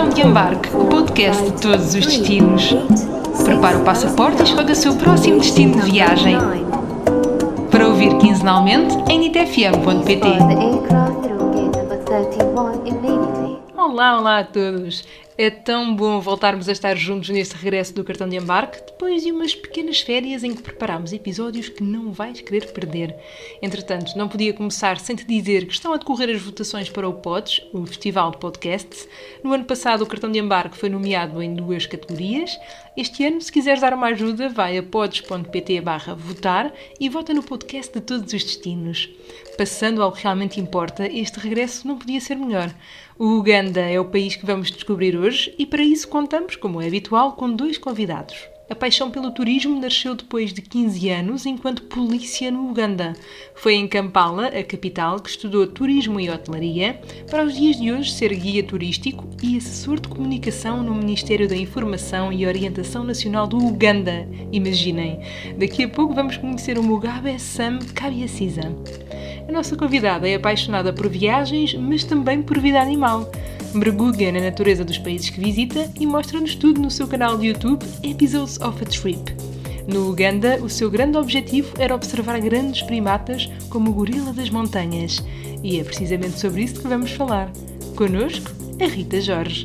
de Embarque, o podcast de todos os destinos. Prepare o passaporte e escolha o seu próximo destino de viagem. Para ouvir quinzenalmente em nitfm.pt. Olá a todos! É tão bom voltarmos a estar juntos neste regresso do cartão de embarque, depois de umas pequenas férias em que preparámos episódios que não vais querer perder. Entretanto, não podia começar sem te dizer que estão a decorrer as votações para o PODS, o Festival de Podcasts. No ano passado o cartão de embarque foi nomeado em 2 categorias. Este ano, se quiseres dar uma ajuda, vai a pods.pt/votar e vota no podcast de todos os destinos. Passando ao que realmente importa, este regresso não podia ser melhor. O Uganda é o país que vamos descobrir hoje e para isso contamos, como é habitual, com 2 convidados. A paixão pelo turismo nasceu depois de 15 anos enquanto polícia no Uganda. Foi em Kampala, a capital, que estudou turismo e hotelaria, para os dias de hoje ser guia turístico e assessor de comunicação no Ministério da Informação e Orientação Nacional do Uganda. Imaginem, daqui a pouco vamos conhecer o Mugabe Sam Kabiasiza. A nossa convidada é apaixonada por viagens, mas também por vida animal. Mergulha na natureza dos países que visita e mostra-nos tudo no seu canal de YouTube Episodes of a Trip. No Uganda, o seu grande objetivo era observar grandes primatas como o gorila das montanhas. E é precisamente sobre isso que vamos falar. Connosco, a Rita Jorge.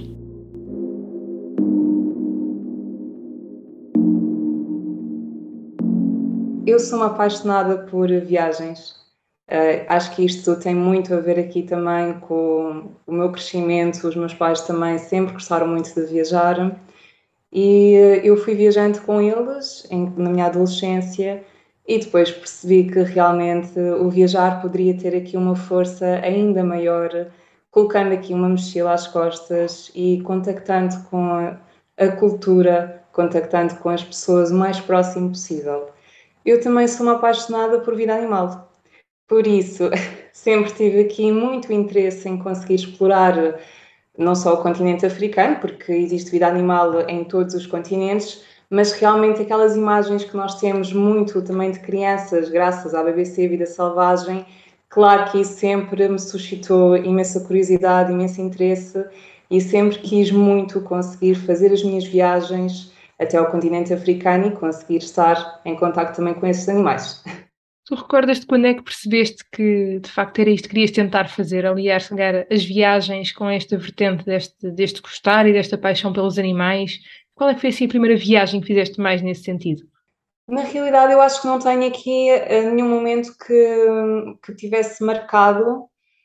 Eu sou uma apaixonada por viagens. Acho que isto tem muito a ver aqui também com o meu crescimento. Os meus pais também sempre gostaram muito de viajar e eu fui viajante com eles na minha adolescência e depois percebi que realmente o viajar poderia ter aqui uma força ainda maior, colocando aqui uma mochila às costas e contactando com a cultura, contactando com as pessoas o mais próximo possível. Eu também sou uma apaixonada por vida animal. Por isso, sempre tive aqui muito interesse em conseguir explorar não só o continente africano, porque existe vida animal em todos os continentes, mas realmente aquelas imagens que nós temos muito também de crianças, graças à BBC Vida Selvagem, claro que isso sempre me suscitou imensa curiosidade, imenso interesse e sempre quis muito conseguir fazer as minhas viagens até ao continente africano e conseguir estar em contacto também com esses animais. Tu recordas-te quando é que percebeste que, de facto, era isto que querias tentar fazer? Aliás, se calhar, as viagens com esta vertente deste gostar e desta paixão pelos animais. Qual é que foi assim, a primeira viagem que fizeste mais nesse sentido? Na realidade, eu acho que não tenho aqui nenhum momento que tivesse marcado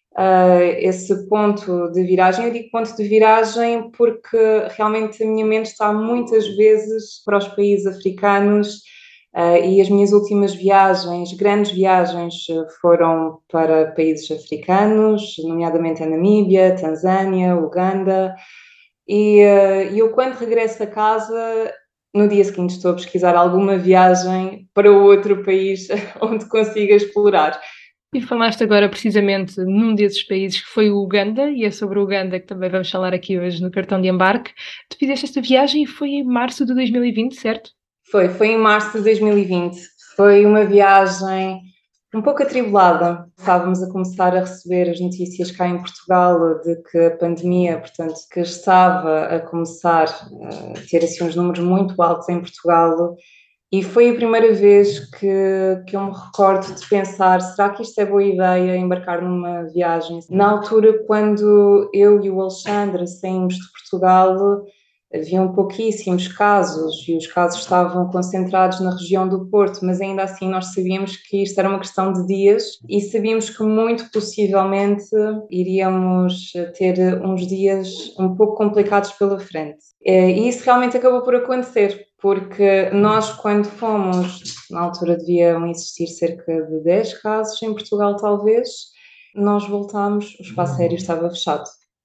esse ponto de viragem. Eu digo ponto de viragem porque realmente a minha mente está muitas vezes para os países africanos. E as minhas últimas viagens, grandes viagens, foram para países africanos, nomeadamente a Namíbia, Tanzânia, Uganda. E eu, quando regresso a casa, no dia seguinte estou a pesquisar alguma viagem para outro país onde consiga explorar. E falaste agora precisamente num desses países que foi o Uganda, e é sobre o Uganda que também vamos falar aqui hoje no cartão de embarque. Tu fizeste esta viagem e foi em março de 2020, certo? Foi em março de 2020. Foi uma viagem um pouco atribulada. Estávamos a começar a receber as notícias cá em Portugal de que a pandemia, portanto, que estava a começar a ter assim uns números muito altos em Portugal. E foi a primeira vez que eu me recordo de pensar, será que isto é boa ideia, embarcar numa viagem? Na altura, quando eu e o Alexandre saímos de Portugal, haviam pouquíssimos casos e os casos estavam concentrados na região do Porto, mas ainda assim nós sabíamos que isto era uma questão de dias e sabíamos que muito possivelmente iríamos ter uns dias um pouco complicados pela frente. E isso realmente acabou por acontecer, porque nós, quando fomos, na altura deviam existir cerca de 10 casos em Portugal, talvez, nós voltámos, o espaço aéreo estava fechado.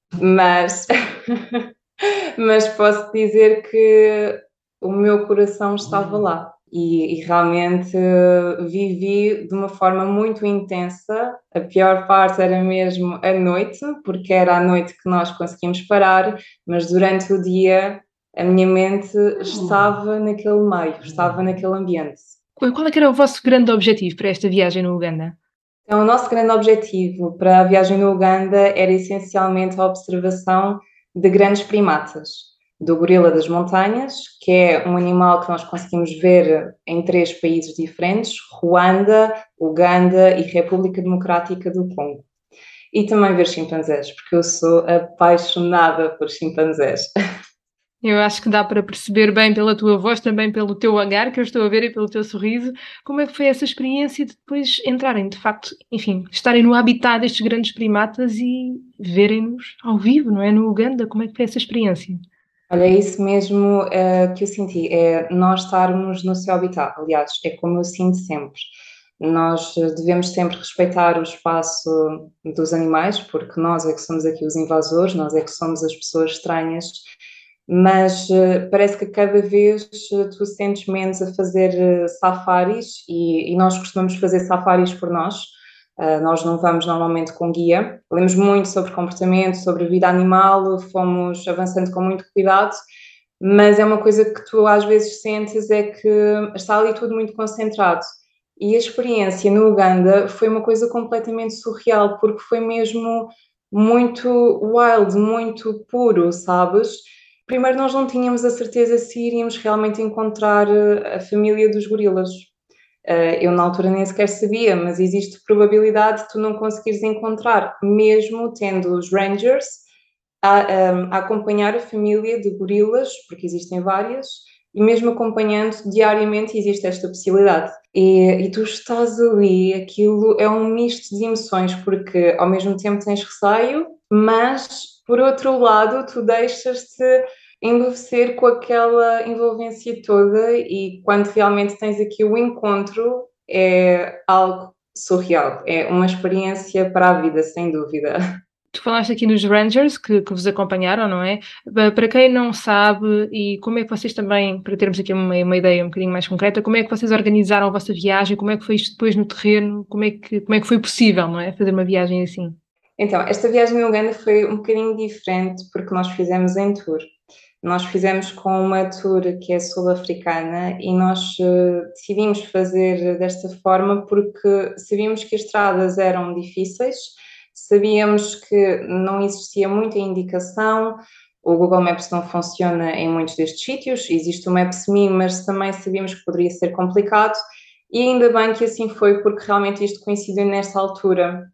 Mas posso dizer que o meu coração estava lá e realmente vivi de uma forma muito intensa. A pior parte era mesmo a noite, porque era à noite que nós conseguimos parar, mas durante o dia a minha mente estava naquele meio, estava naquele ambiente. Qual é que era o vosso grande objetivo para esta viagem no Uganda? Então, o nosso grande objetivo para a viagem no Uganda era essencialmente a observação de grandes primatas, do gorila das montanhas, que é um animal que nós conseguimos ver em 3 países diferentes: Ruanda, Uganda e República Democrática do Congo. E também ver chimpanzés, porque eu sou apaixonada por chimpanzés. Eu acho que dá para perceber bem pela tua voz, também pelo teu olhar que eu estou a ver e pelo teu sorriso, como é que foi essa experiência de depois entrarem, de facto, enfim, estarem no habitat destes grandes primatas e verem-nos ao vivo, não é? No Uganda, como é que foi essa experiência? Olha, é isso mesmo que eu senti, é nós estarmos no seu habitat. Aliás, é como eu sinto sempre. Nós devemos sempre respeitar o espaço dos animais, porque nós é que somos aqui os invasores, nós é que somos as pessoas estranhas, mas parece que cada vez tu sentes menos a fazer safaris e nós costumamos fazer safaris por nós. Nós não vamos normalmente com guia, lemos muito sobre comportamento, sobre a vida animal, fomos avançando com muito cuidado, mas é uma coisa que tu às vezes sentes é que está ali tudo muito concentrado. E a experiência no Uganda foi uma coisa completamente surreal, porque foi mesmo muito wild, muito puro, sabes? Primeiro, nós não tínhamos a certeza se iríamos realmente encontrar a família dos gorilas. Eu na altura nem sequer sabia, mas existe probabilidade de tu não conseguires encontrar, mesmo tendo os rangers a acompanhar a família de gorilas, porque existem várias, e mesmo acompanhando diariamente existe esta possibilidade. E tu estás ali, aquilo é um misto de emoções, porque ao mesmo tempo tens receio, mas por outro lado tu deixas-te envolver com aquela envolvência toda e quando realmente tens aqui o encontro é algo surreal, é uma experiência para a vida, sem dúvida. Tu falaste aqui nos Rangers que vos acompanharam, não é? Para quem não sabe, e como é que vocês também, para termos aqui uma ideia um bocadinho mais concreta, como é que vocês organizaram a vossa viagem? Como é que foi isto depois no terreno? Como é que foi possível, não é? Fazer uma viagem assim? Então, esta viagem em Uganda foi um bocadinho diferente porque nós fizemos em tour. Nós fizemos com uma tour que é sul-africana e nós decidimos fazer desta forma porque sabíamos que as estradas eram difíceis, sabíamos que não existia muita indicação, o Google Maps não funciona em muitos destes sítios, existe o Maps.me, mas também sabíamos que poderia ser complicado e ainda bem que assim foi porque realmente isto coincidiu nesta altura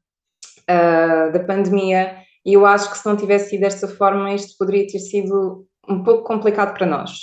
da pandemia e eu acho que se não tivesse sido desta forma isto poderia ter sido um pouco complicado para nós.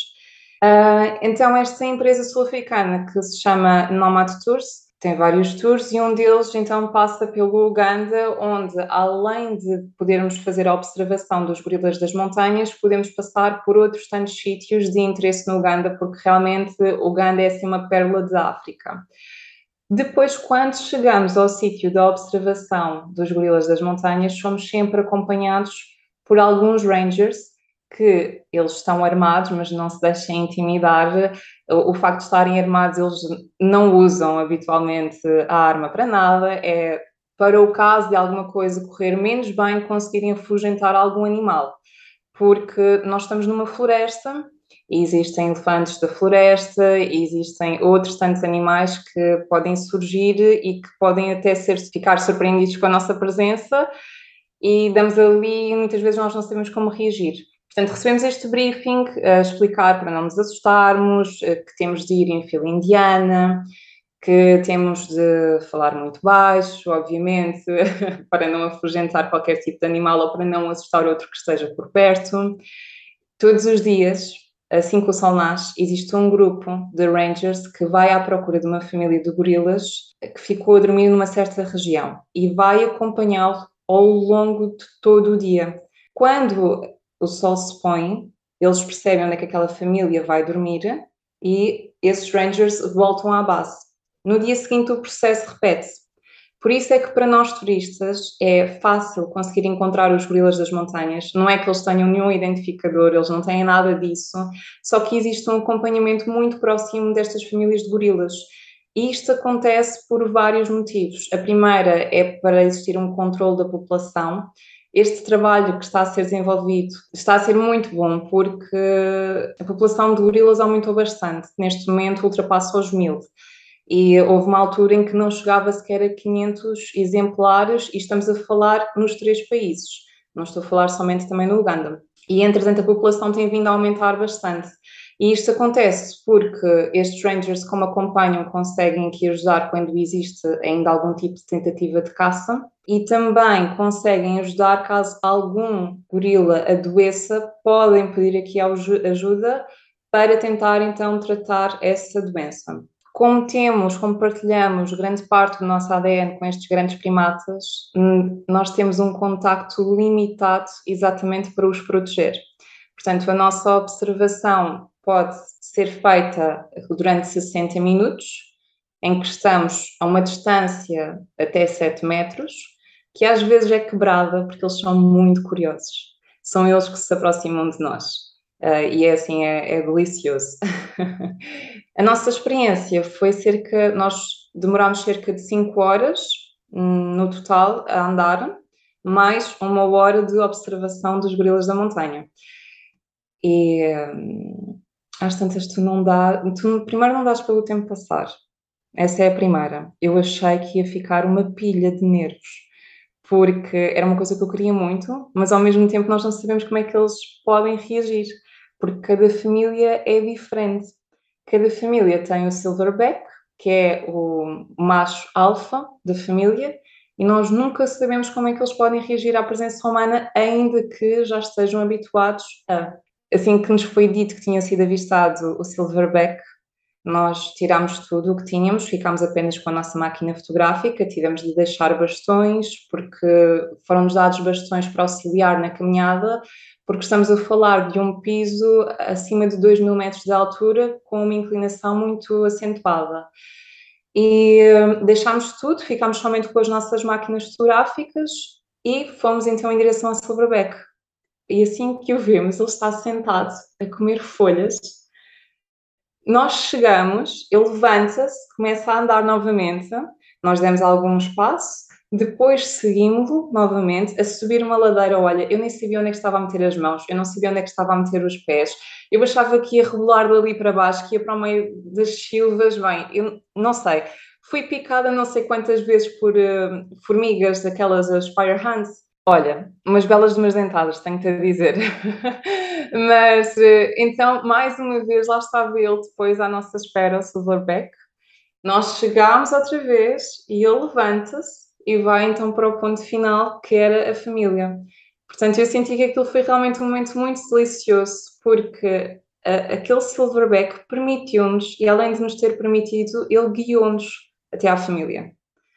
Então esta empresa sul-africana que se chama Nomad Tours tem vários tours e um deles então passa pelo Uganda, onde além de podermos fazer a observação dos gorilas das montanhas, podemos passar por outros tantos sítios de interesse no Uganda, porque realmente o Uganda é assim uma pérola da África. Depois, quando chegamos ao sítio da observação dos gorilas das montanhas, somos sempre acompanhados por alguns rangers que eles estão armados, mas não se deixem intimidar. O facto de estarem armados, eles não usam habitualmente a arma para nada, é para o caso de alguma coisa correr menos bem, conseguirem afugentar algum animal. Porque nós estamos numa floresta, existem elefantes da floresta, existem outros tantos animais que podem surgir e que podem até ficar surpreendidos com a nossa presença e damos ali, muitas vezes nós não sabemos como reagir. Portanto, recebemos este briefing a explicar para não nos assustarmos, que temos de ir em fila indiana, que temos de falar muito baixo, obviamente, para não afugentar qualquer tipo de animal ou para não assustar outro que esteja por perto. Todos os dias, assim que o sol nasce, existe um grupo de rangers que vai à procura de uma família de gorilas que ficou a dormir numa certa região e vai acompanhá-lo ao longo de todo o dia. Quando o sol se põe, eles percebem onde é que aquela família vai dormir e esses rangers voltam à base. No dia seguinte, o processo repete-se. Por isso é que para nós turistas é fácil conseguir encontrar os gorilas das montanhas. Não é que eles tenham nenhum identificador, eles não têm nada disso, só que existe um acompanhamento muito próximo destas famílias de gorilas. E isto acontece por vários motivos. A primeira é para existir um controle da população. Este trabalho que está a ser desenvolvido está a ser muito bom porque a população de gorilas aumentou bastante. Neste momento ultrapassa os 1000. E houve uma altura em que não chegava sequer a 500 exemplares e estamos a falar nos 3 países. Não estou a falar somente também no Uganda. E, entretanto, a população tem vindo a aumentar bastante. E isto acontece porque estes rangers, como acompanham, conseguem aqui ajudar quando existe ainda algum tipo de tentativa de caça e também conseguem ajudar caso algum gorila adoeça, podem pedir aqui ajuda para tentar então tratar essa doença. Como partilhamos grande parte do nosso ADN com estes grandes primatas, nós temos um contacto limitado exatamente para os proteger. Portanto, a nossa observação pode ser feita durante 60 minutos, em que estamos a uma distância até 7 metros, que às vezes é quebrada porque eles são muito curiosos. São eles que se aproximam de nós. E é assim, é delicioso. A nossa experiência foi nós demorámos cerca de 5 horas no total a andar, mais 1 hora de observação dos gorilas da montanha. E às tantas tu primeiro não dás pelo tempo passar. Essa é a primeira. Eu achei que ia ficar uma pilha de nervos, porque era uma coisa que eu queria muito, mas ao mesmo tempo nós não sabemos como é que eles podem reagir, porque cada família é diferente. Cada família tem o silverback, que é o macho alfa da família, e nós nunca sabemos como é que eles podem reagir à presença humana, ainda que já estejam habituados a. Assim que nos foi dito que tinha sido avistado o silverback, nós tirámos tudo o que tínhamos, ficámos apenas com a nossa máquina fotográfica, tivemos de deixar bastões, porque foram-nos dados bastões para auxiliar na caminhada, porque estamos a falar de um piso acima de 2.000 metros de altura, com uma inclinação muito acentuada. E deixámos tudo, ficámos somente com as nossas máquinas fotográficas e fomos então em direção ao silverback. E assim que o vemos, ele está sentado a comer folhas. Nós chegamos, ele levanta-se, começa a andar novamente, nós demos algum espaço, depois seguimos-lo novamente a subir uma ladeira. Olha, eu nem sabia onde é que estava a meter as mãos, eu não sabia onde é que estava a meter os pés, eu achava que ia rebolar dali para baixo, que ia para o meio das silvas. Bem, eu não sei, fui picada não sei quantas vezes por formigas, daquelas as fire ants. Olha, umas belas de umas dentadas, tenho-te a dizer. Mas, então, mais uma vez, lá estava ele depois à nossa espera, o silverback. Nós chegámos outra vez e ele levanta-se e vai então para o ponto final, que era a família. Portanto, eu senti que aquilo foi realmente um momento muito delicioso, porque aquele silverback permitiu-nos, e além de nos ter permitido, ele guiou-nos até à família.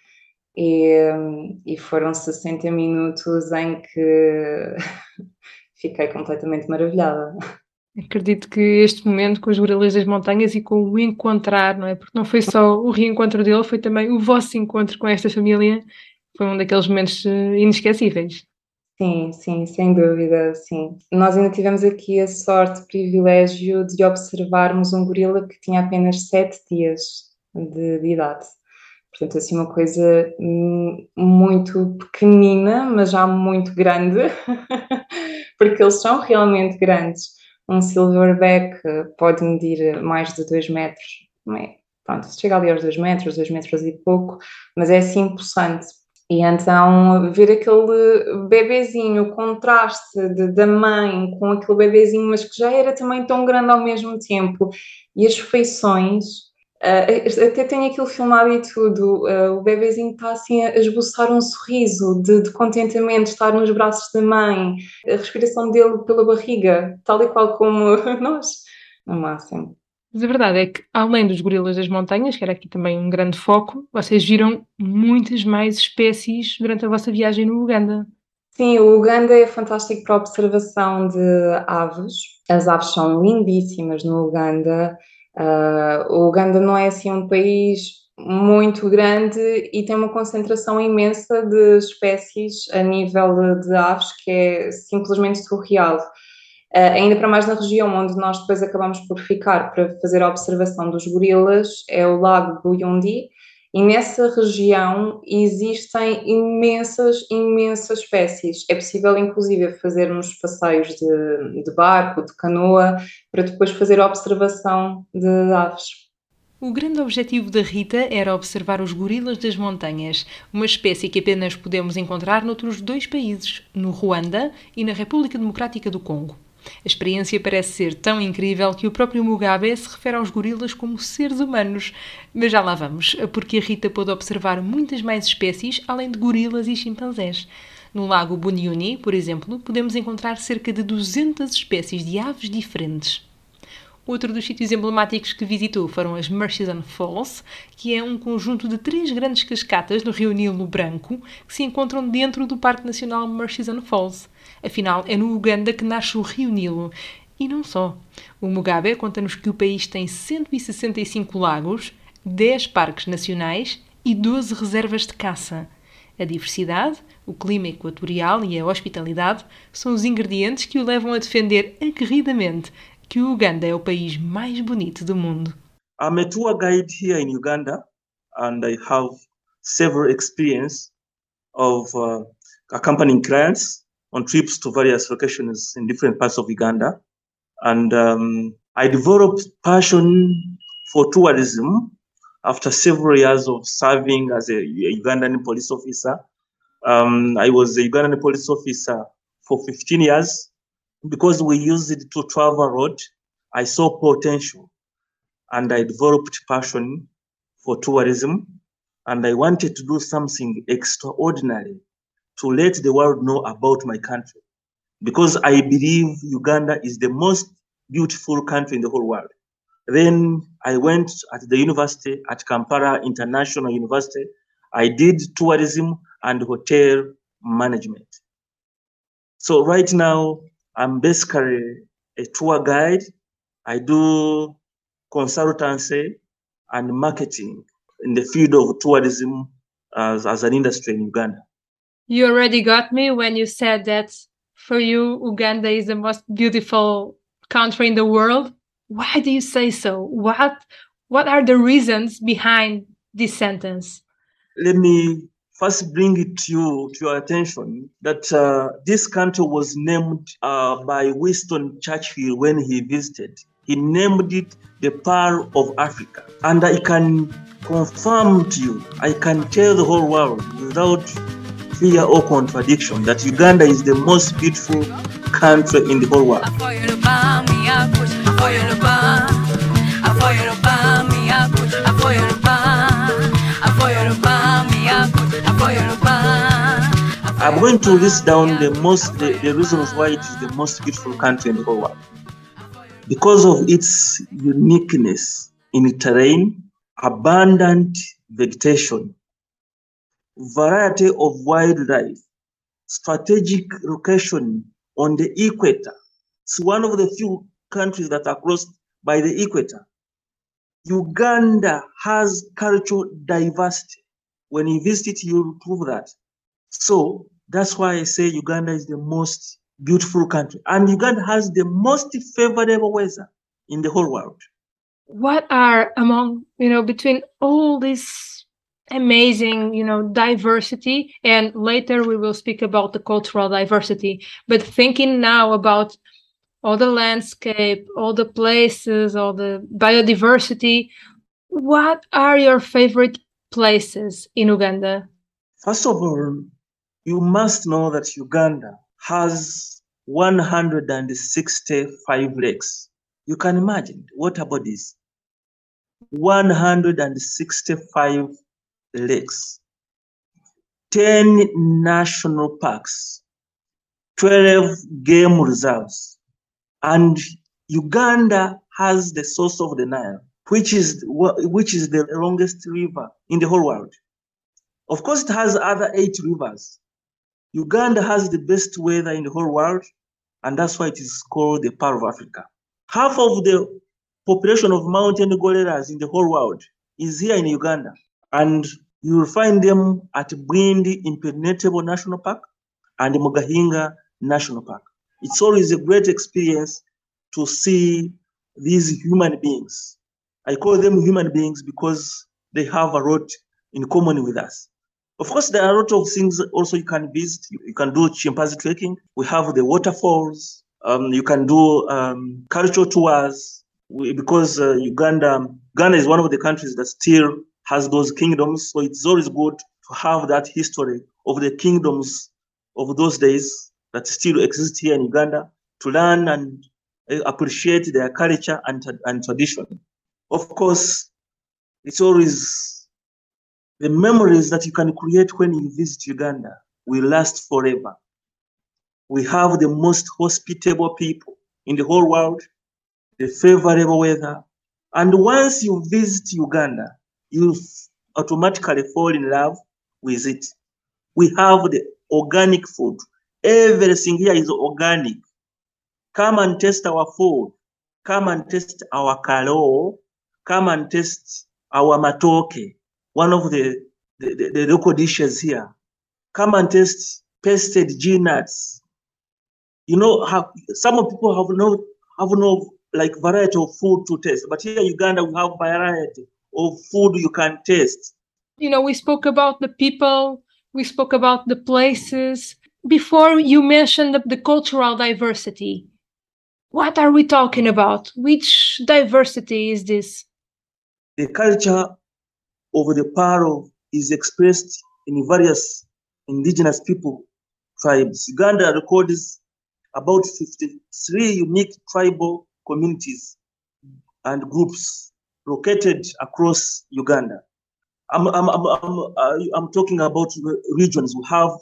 E foram 60 minutos em que fiquei completamente maravilhada. Acredito que este momento com os gorilas das montanhas e com o encontrar, não é? Porque não foi só o reencontro dele, foi também o vosso encontro com esta família. Foi um daqueles momentos inesquecíveis. Sim, sim, sem dúvida, sim. Nós ainda tivemos aqui a sorte, o privilégio de observarmos um gorila que tinha apenas 7 dias de idade. Portanto, assim, uma coisa muito pequenina, mas já muito grande, porque eles são realmente grandes. Um silverback pode medir mais de 2 metros. Pronto, chega ali aos 2 metros, 2 metros e pouco, mas é assim possante. E então, ver aquele bebezinho, o contraste da mãe com aquele bebezinho, mas que já era também tão grande ao mesmo tempo, e as feições. Até tenho aquilo filmado e tudo. O bebezinho está assim a esboçar um sorriso de contentamento, estar nos braços da mãe, a respiração dele pela barriga, tal e qual como nós, no máximo. Mas a verdade é que, além dos gorilas das montanhas, que era aqui também um grande foco, vocês viram muitas mais espécies durante a vossa viagem no Uganda. Sim, o Uganda é fantástico para a observação de aves. As aves são lindíssimas no Uganda. O Uganda não é assim um país muito grande e tem uma concentração imensa de espécies a nível de aves que é simplesmente surreal. Ainda para mais na região onde nós depois acabamos por ficar para fazer a observação dos gorilas, é o Lago Buyundi, e nessa região existem imensas espécies. É possível, inclusive, fazermos passeios de barco, de canoa, para depois fazer a observação de aves. O grande objetivo da Rita era observar os gorilas das montanhas, uma espécie que apenas podemos encontrar noutros 2 países, no Ruanda e na República Democrática do Congo. A experiência parece ser tão incrível que o próprio Mugabe se refere aos gorilas como seres humanos. Mas já lá vamos, porque a Rita pôde observar muitas mais espécies além de gorilas e chimpanzés. No lago Bunyuni, por exemplo, podemos encontrar cerca de 200 espécies de aves diferentes. Outro dos sítios emblemáticos que visitou foram as Murchison Falls, que é um conjunto de 3 grandes cascatas no rio Nilo Branco que se encontram dentro do Parque Nacional Murchison Falls. Afinal, é no Uganda que nasce o rio Nilo. E não só. O Mugabe conta-nos que o país tem 165 lagos, 10 parques nacionais e 12 reservas de caça. A diversidade, o clima equatorial e a hospitalidade são os ingredientes que o levam a defender aguerridamente que o Uganda é o país mais bonito do mundo. I'm a tour guide here in Uganda, and I have several experience of accompanying clients on trips to various locations in different parts of Uganda. And I developed passion for tourism after several years of serving as a Ugandan police officer. I was a Ugandan police officer for 15 years. Because we used it to travel road, I saw potential and I developed passion for tourism, and I wanted to do something extraordinary to let the world know about my country, because I believe Uganda is the most beautiful country in the whole world. Then I went at the university, at Kampala International University. I did tourism and hotel management. So right now, I'm basically a tour guide. I do consultancy and marketing in the field of tourism as an industry in Uganda. You already got me when you said that for you, Uganda is the most beautiful country in the world. Why do you say so? What are the reasons behind this sentence? Let me first bring it to your attention that this country was named by Winston Churchill when he visited. He named it the Pearl of Africa. And I can confirm to you, I can tell the whole world without fear or contradiction that Uganda is the most beautiful country in the whole world. I'm going to list down the reasons why it is the most beautiful country in the whole world. Because of its uniqueness in terrain, abundant vegetation, variety of wildlife, strategic location on the equator. It's one of the few countries that are crossed by the equator. Uganda has cultural diversity. When you visit it, you'll prove that. So that's why I say Uganda is the most beautiful country. And Uganda has the most favorable weather in the whole world. What are between all this amazing, diversity, and later we will speak about the cultural diversity, but thinking now about all the landscape, all the places, all the biodiversity, what are your favorite places in Uganda? First of all, you must know that Uganda has 165 lakes. You can imagine water bodies. 165 lakes. 10 national parks. 12 game reserves. And Uganda has the source of the Nile, which is the longest river in the whole world. Of course, it has other 8 rivers. Uganda has the best weather in the whole world, and that's why it is called the Pearl of Africa. Half of the population of mountain gorillas in the whole world is here in Uganda, and you will find them at Bwindi Impenetrable National Park and Mugahinga National Park. It's always a great experience to see these human beings. I call them human beings because they have a lot in common with us. Of course, there are a lot of things also you can visit. You can do chimpanzee trekking. We have the waterfalls. You can do cultural tours. because Uganda is one of the countries that still has those kingdoms. So it's always good to have that history of the kingdoms of those days that still exist here in Uganda, to learn and appreciate their culture and tradition. Of course, it's always the memories that you can create when you visit Uganda will last forever. We have the most hospitable people in the whole world, the favorable weather. And once you visit Uganda, you automatically fall in love with it. We have the organic food. Everything here is organic. Come and taste our food. Come and taste our kalo. Come and taste our matoke, one of the local dishes here. Come and taste pasted nuts. You know, some people have no like variety of food to taste, but here in Uganda we have variety of food you can taste. You know, we spoke about the people, we spoke about the places. Before you mentioned the cultural diversity. What are we talking about? Which diversity is this? The culture of the Paro is expressed in various indigenous people tribes. Uganda records about 53 unique tribal communities and groups located across Uganda. I'm talking about regions. We have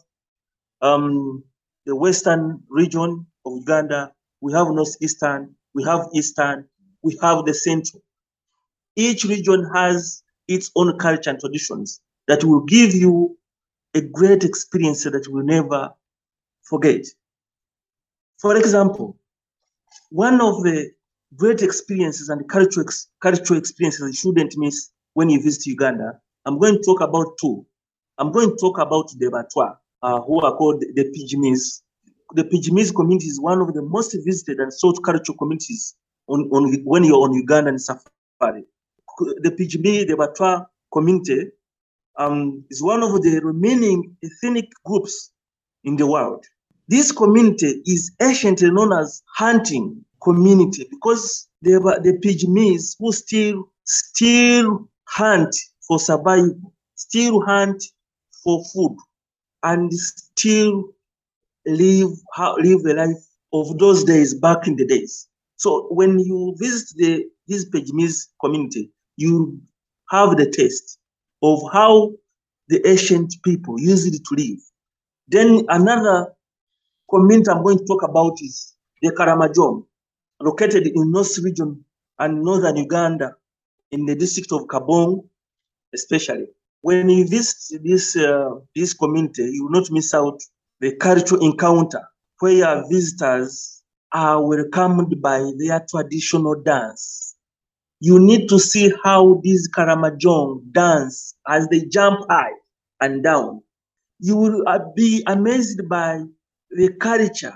the western region of Uganda, we have northeastern, we have eastern, we have the central. Each region has its own culture and traditions that will give you a great experience that you will never forget. For example, one of the great experiences and cultural experiences you shouldn't miss when you visit Uganda, I'm going to talk about two. I'm going to talk about the Batwa, who are called the Pygmies. The Pygmies community is one of the most visited and sought cultural communities when you're on Ugandan safari. The Pygmy, the Batwa community is one of the remaining ethnic groups in the world. This community is anciently known as hunting community because the Pygmies who still hunt for survival, still hunt for food, and still live the life of those days back in the days. So when you visit this Pygmies community, you have the taste of how the ancient people used to live. Then another community I'm going to talk about is the Karamojong, located in North region and northern Uganda, in the district of Kabong, especially. When you visit this community, you will not miss out the cultural encounter where visitors are welcomed by their traditional dance. You need to see how these Karamojong dance as they jump high and down. You will be amazed by the culture,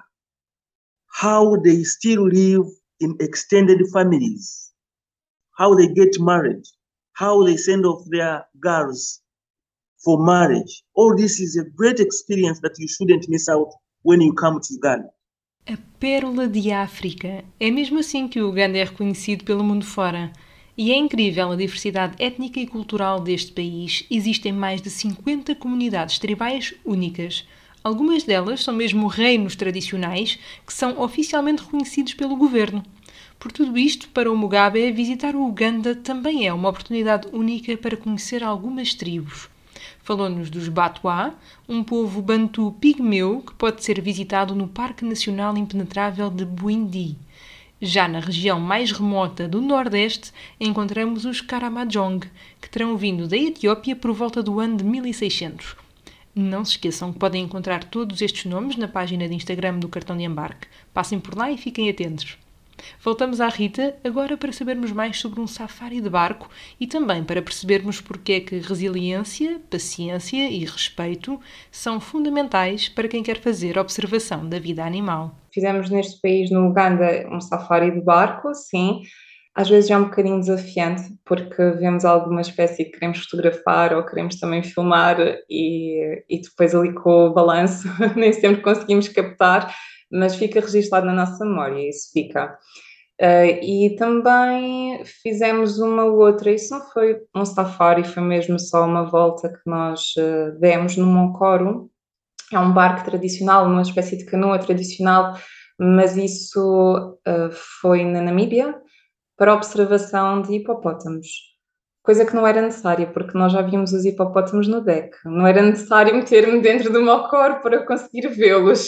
how they still live in extended families, how they get married, how they send off their girls for marriage. All this is a great experience that you shouldn't miss out when you come to Uganda. A pérola de África. É mesmo assim que o Uganda é reconhecido pelo mundo fora. E é incrível a diversidade étnica e cultural deste país. Existem mais de 50 comunidades tribais únicas. Algumas delas são mesmo reinos tradicionais que são oficialmente reconhecidos pelo governo. Por tudo isto, para o Mugabe, visitar o Uganda também é uma oportunidade única para conhecer algumas tribos. Falou-nos dos Batwa, um povo bantu pigmeu que pode ser visitado no Parque Nacional Impenetrável de Bwindi. Já na região mais remota do Nordeste, encontramos os Karamojong, que terão vindo da Etiópia por volta do ano de 1600. Não se esqueçam que podem encontrar todos estes nomes na página de Instagram do Cartão de Embarque. Passem por lá e fiquem atentos. Voltamos à Rita, agora para sabermos mais sobre um safari de barco e também para percebermos porque é que resiliência, paciência e respeito são fundamentais para quem quer fazer observação da vida animal. Fizemos neste país, no Uganda, um safari de barco, sim. Às vezes é um bocadinho desafiante, porque vemos alguma espécie que queremos fotografar ou queremos também filmar e depois ali com o balanço nem sempre conseguimos captar, mas fica registado na nossa memória, isso fica. E também fizemos uma outra, isso não foi um safari, foi mesmo só uma volta que nós demos no Moncoro. É um barco tradicional, uma espécie de canoa tradicional, mas isso foi na Namíbia para observação de hipopótamos. Coisa que não era necessária, porque nós já víamos os hipopótamos no deck. Não era necessário meter-me dentro do Mocor para conseguir vê-los.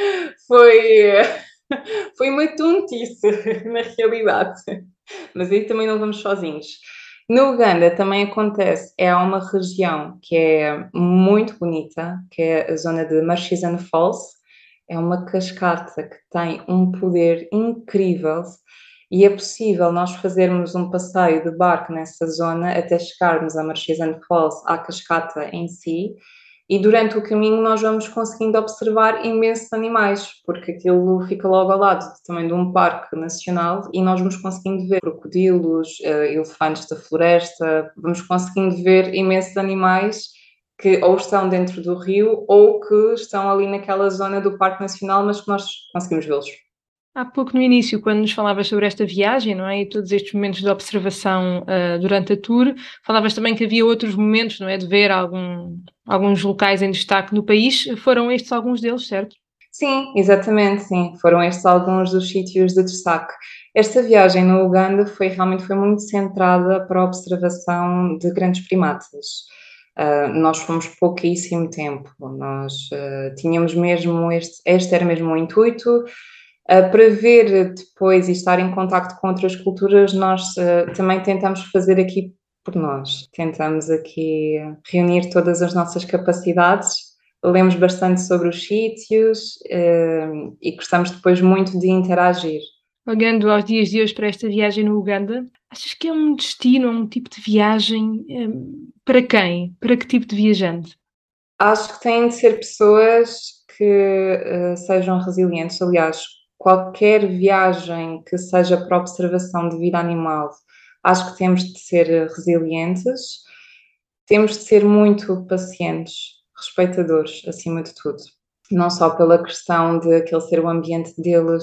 Foi, foi uma tontice, na realidade. Mas aí também não vamos sozinhos. No Uganda também acontece, uma região que é muito bonita, que é a zona de Murchison Falls. É uma cascata que tem um poder incrível e é possível nós fazermos um passeio de barco nessa zona até chegarmos a Murchison Falls, à cascata em si, e durante o caminho nós vamos conseguindo observar imensos animais, porque aquilo fica logo ao lado também de um parque nacional e nós vamos conseguindo ver crocodilos, elefantes da floresta, vamos conseguindo ver imensos animais que ou estão dentro do rio ou que estão ali naquela zona do Parque Nacional, mas que nós conseguimos vê-los. Há pouco no início, quando nos falavas sobre esta viagem, não é? E todos estes momentos de observação durante a tour, falavas também que havia outros momentos, não é? De ver alguns locais em destaque no país. Foram estes alguns deles, certo? Sim, exatamente, sim. Foram estes alguns dos sítios de destaque. Esta viagem no Uganda realmente foi muito centrada para a observação de grandes primatas. Nós fomos pouquíssimo tempo, nós tínhamos mesmo este era mesmo o intuito. Para ver depois e estar em contacto com outras culturas, nós também tentamos fazer aqui por nós. Tentamos aqui reunir todas as nossas capacidades, lemos bastante sobre os sítios e gostamos depois muito de interagir. Olhando aos dias de hoje para esta viagem no Uganda, achas que é um destino, um tipo de viagem para quem? Para que tipo de viajante? Acho que têm de ser pessoas que sejam resilientes. Aliás, qualquer viagem que seja para observação de vida animal, acho que temos de ser resilientes, temos de ser muito pacientes, respeitadores, acima de tudo. Não só pela questão de aquele ser o ambiente deles,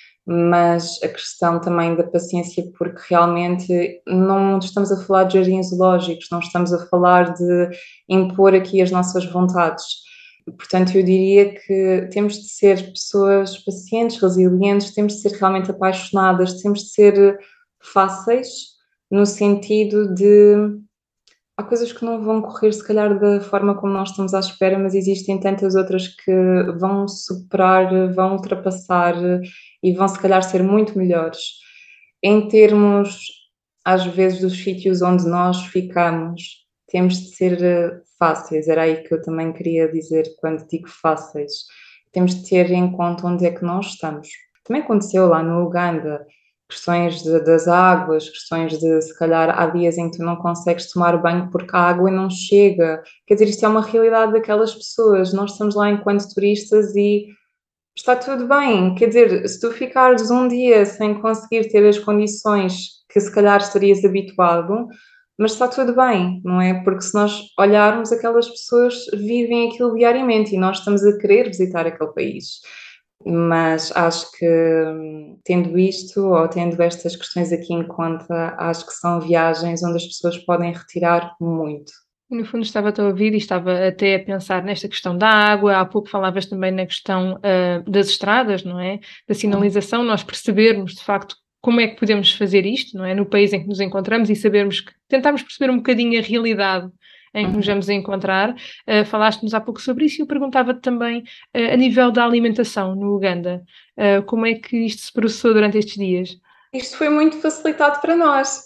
mas a questão também da paciência, porque realmente não estamos a falar de jardins zoológicos, não estamos a falar de impor aqui as nossas vontades. Portanto, eu diria que temos de ser pessoas pacientes, resilientes, temos de ser realmente apaixonadas, temos de ser fáceis, no sentido de há coisas que não vão correr, se calhar, da forma como nós estamos à espera, mas existem tantas outras que vão superar, vão ultrapassar e vão, se calhar, ser muito melhores. Em termos, às vezes, dos sítios onde nós ficamos, temos de ser fáceis. Era aí que eu também queria dizer quando digo fáceis. Temos de ter em conta onde é que nós estamos. Também aconteceu lá no Uganda, questões das águas, questões de, se calhar, há dias em que tu não consegues tomar banho porque a água não chega. Quer dizer, isto é uma realidade daquelas pessoas. Nós estamos lá enquanto turistas e está tudo bem. Quer dizer, se tu ficares um dia sem conseguir ter as condições que se calhar estarias habituado, mas está tudo bem, não é? Porque se nós olharmos, aquelas pessoas vivem aquilo diariamente e nós estamos a querer visitar aquele país. Mas acho que, tendo isto ou tendo estas questões aqui em conta, acho que são viagens onde as pessoas podem retirar muito. E no fundo estava-te a ouvir e estava até a pensar nesta questão da água. Há pouco falavas também na questão das estradas, não é? Da sinalização, nós percebermos de facto como é que podemos fazer isto, não é? No país em que nos encontramos e sabermos que tentarmos perceber um bocadinho a realidade em que nos vamos encontrar. Falaste-nos há pouco sobre isso e eu perguntava-te também a nível da alimentação no Uganda, como é que isto se processou durante estes dias? Isto foi muito facilitado para nós,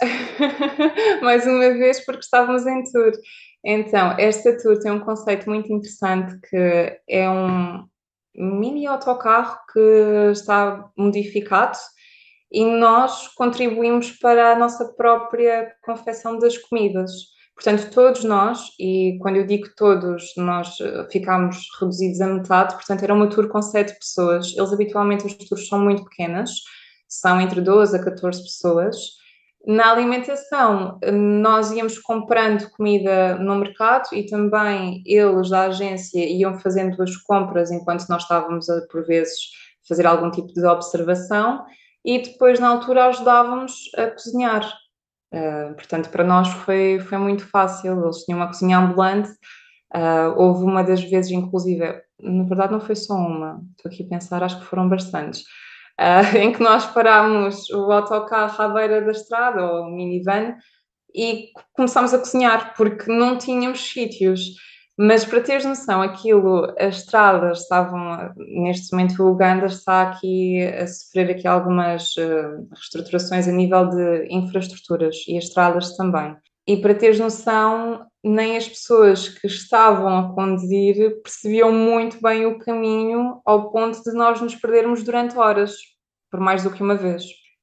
mais uma vez, porque estávamos em tour. Então, esta tour tem um conceito muito interessante que é um mini autocarro que está modificado e nós contribuímos para a nossa própria confecção das comidas. Portanto, todos nós, e quando eu digo todos, nós ficámos reduzidos a metade, portanto, era uma tour com 7 pessoas. Eles habitualmente, as tours são muito pequenas, são entre 12 a 14 pessoas. Na alimentação, nós íamos comprando comida no mercado e também eles da agência iam fazendo as compras enquanto nós estávamos a, por vezes, fazer algum tipo de observação. e depois, na altura, ajudávamos a cozinhar. Portanto, para nós foi muito fácil. Eles tinham uma cozinha ambulante. Houve uma das vezes, inclusive, na verdade não foi só uma, estou aqui a pensar, acho que foram bastantes, em que nós parámos o autocarro à beira da estrada, ou o minivan, e começámos a cozinhar, porque não tínhamos sítios. Mas para teres noção, as estradas estavam, neste momento o Uganda está aqui a sofrer aqui algumas reestruturações a nível de infraestruturas e as estradas também. E para teres noção, nem as pessoas que estavam a conduzir percebiam muito bem o caminho ao ponto de nós nos perdermos durante horas, por mais do que uma vez.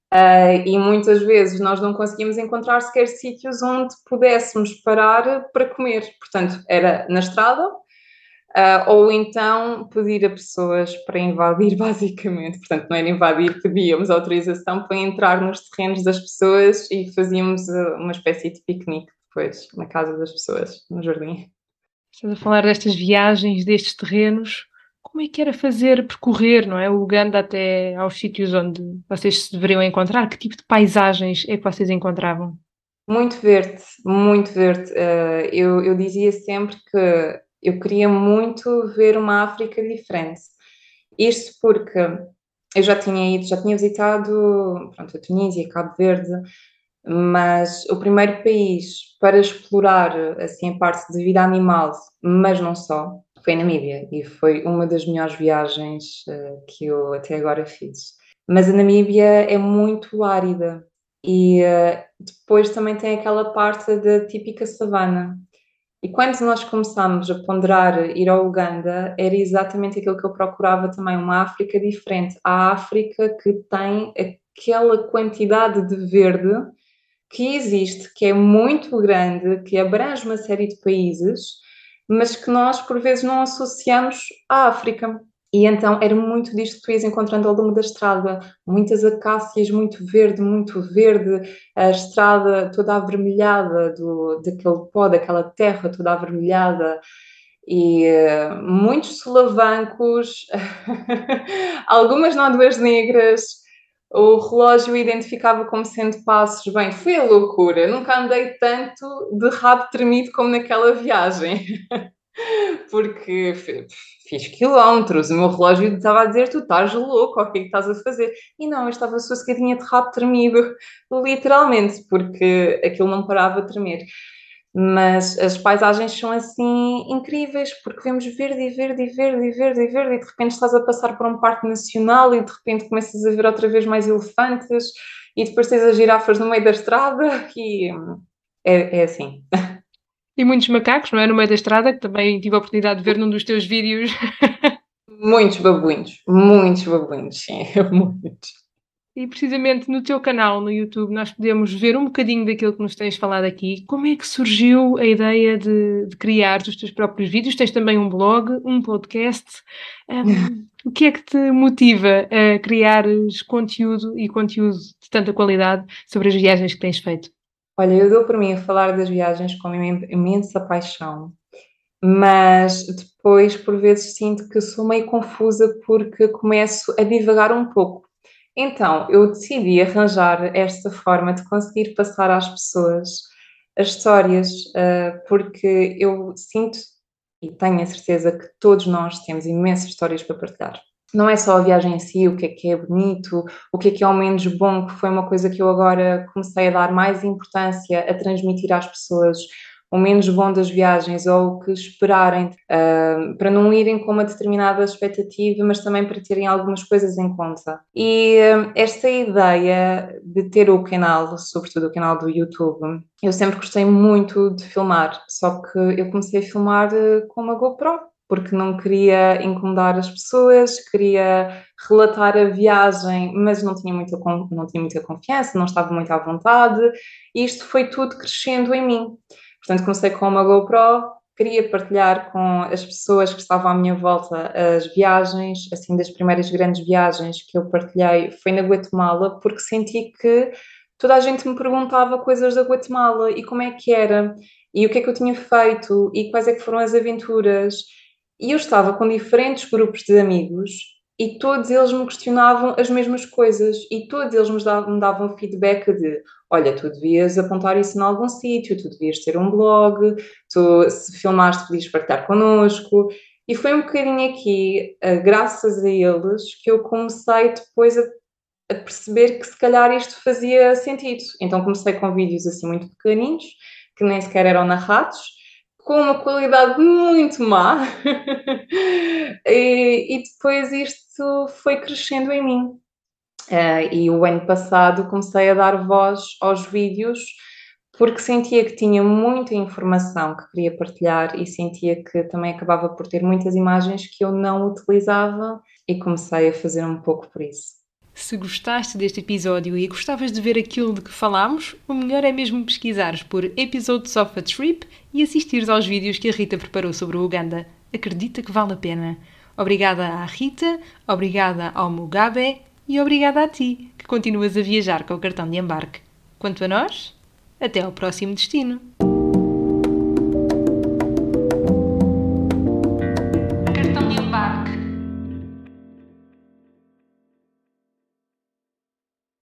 E muitas vezes nós não conseguíamos encontrar sequer sítios onde pudéssemos parar para comer. Portanto, era na estrada, ou então pedir a pessoas para invadir, basicamente. Portanto, não era invadir, pedíamos autorização para entrar nos terrenos das pessoas e fazíamos uma espécie de piquenique depois, na casa das pessoas, no jardim. Estás a falar destas viagens, destes terrenos. Como é que era percorrer, não é? O Uganda até aos sítios onde vocês se deveriam encontrar? Que tipo de paisagens é que vocês encontravam? Muito verde, muito verde. Eu dizia sempre que eu queria muito ver uma África diferente. Isto porque eu já tinha visitado, pronto, a Tunísia, Cabo Verde, mas o primeiro país para explorar, assim, a parte de vida animal, mas não só, foi a Namíbia, e foi uma das melhores viagens que eu até agora fiz. Mas a Namíbia é muito árida e depois também tem aquela parte da típica savana. E quando nós começámos a ponderar ir ao Uganda, era exatamente aquilo que eu procurava também, uma África diferente. A África que tem aquela quantidade de verde que existe, que é muito grande, que abrange uma série de países, mas que nós por vezes não associamos à África. E então era muito disto que tu ias encontrando ao longo da estrada, muitas acácias, muito verde, a estrada toda avermelhada daquele pó, daquela terra toda avermelhada, e muitos solavancos, algumas nódoas negras. O relógio identificava como sendo passos. Bem, foi a loucura. Nunca andei tanto de rabo tremido como naquela viagem. Porque fiz quilómetros. O meu relógio estava a dizer: tu estás louco, o que é que estás a fazer? E não, eu estava sossegadinha de rabo tremido, literalmente, porque aquilo não parava de tremer. Mas as paisagens são assim incríveis, porque vemos verde e verde e verde e verde e verde, e de repente estás a passar por um parque nacional e de repente começas a ver outra vez mais elefantes e depois tens as girafas no meio da estrada e é assim. E muitos macacos, não é? No meio da estrada, que também tive a oportunidade de ver num dos teus vídeos. Muitos babuínos, sim, muitos. E precisamente no teu canal, no YouTube, nós podemos ver um bocadinho daquilo que nos tens falado aqui. Como é que surgiu a ideia de criar os teus próprios vídeos? Tens também um blog, um podcast. O que é que te motiva a criares conteúdo e conteúdo de tanta qualidade sobre as viagens que tens feito? Olha, eu dou por mim a falar das viagens com uma imensa paixão, mas depois, por vezes, sinto que sou meio confusa porque começo a divagar um pouco. Então, eu decidi arranjar esta forma de conseguir passar às pessoas as histórias, porque eu sinto e tenho a certeza que todos nós temos imensas histórias para partilhar. Não é só a viagem em si, o que é bonito, o que é ao menos bom, que foi uma coisa que eu agora comecei a dar mais importância a transmitir às pessoas, o menos bom das viagens ou o que esperarem, para não irem com uma determinada expectativa, mas também para terem algumas coisas em conta. E esta ideia de ter o canal, sobretudo o canal do YouTube, eu sempre gostei muito de filmar, só que eu comecei a filmar com uma GoPro, porque não queria incomodar as pessoas, queria relatar a viagem, mas não tinha muita confiança, não estava muito à vontade, e isto foi tudo crescendo em mim. Portanto, comecei com uma GoPro, queria partilhar com as pessoas que estavam à minha volta as viagens, assim, das primeiras grandes viagens que eu partilhei foi na Guatemala, porque senti que toda a gente me perguntava coisas da Guatemala e como é que era, e o que é que eu tinha feito, e quais é que foram as aventuras. E eu estava com diferentes grupos de amigos e todos eles me questionavam as mesmas coisas e todos eles me davam feedback de olha, tu devias apontar isso em algum sítio, tu devias ter um blog, tu se filmaste podias partilhar connosco. E foi um bocadinho aqui, graças a eles, que eu comecei depois a perceber que se calhar isto fazia sentido. Então comecei com vídeos assim muito pequeninos, que nem sequer eram narrados, com uma qualidade muito má. E depois isto foi crescendo em mim. E o ano passado comecei a dar voz aos vídeos porque sentia que tinha muita informação que queria partilhar e sentia que também acabava por ter muitas imagens que eu não utilizava e comecei a fazer um pouco por isso. Se gostaste deste episódio e gostavas de ver aquilo de que falámos, o melhor é mesmo pesquisares por Episodes of a Trip e assistires aos vídeos que a Rita preparou sobre o Uganda. Acredita que vale a pena. Obrigada à Rita, obrigada ao Mugabe e obrigada a ti, que continuas a viajar com o cartão de embarque. Quanto a nós, até ao próximo destino.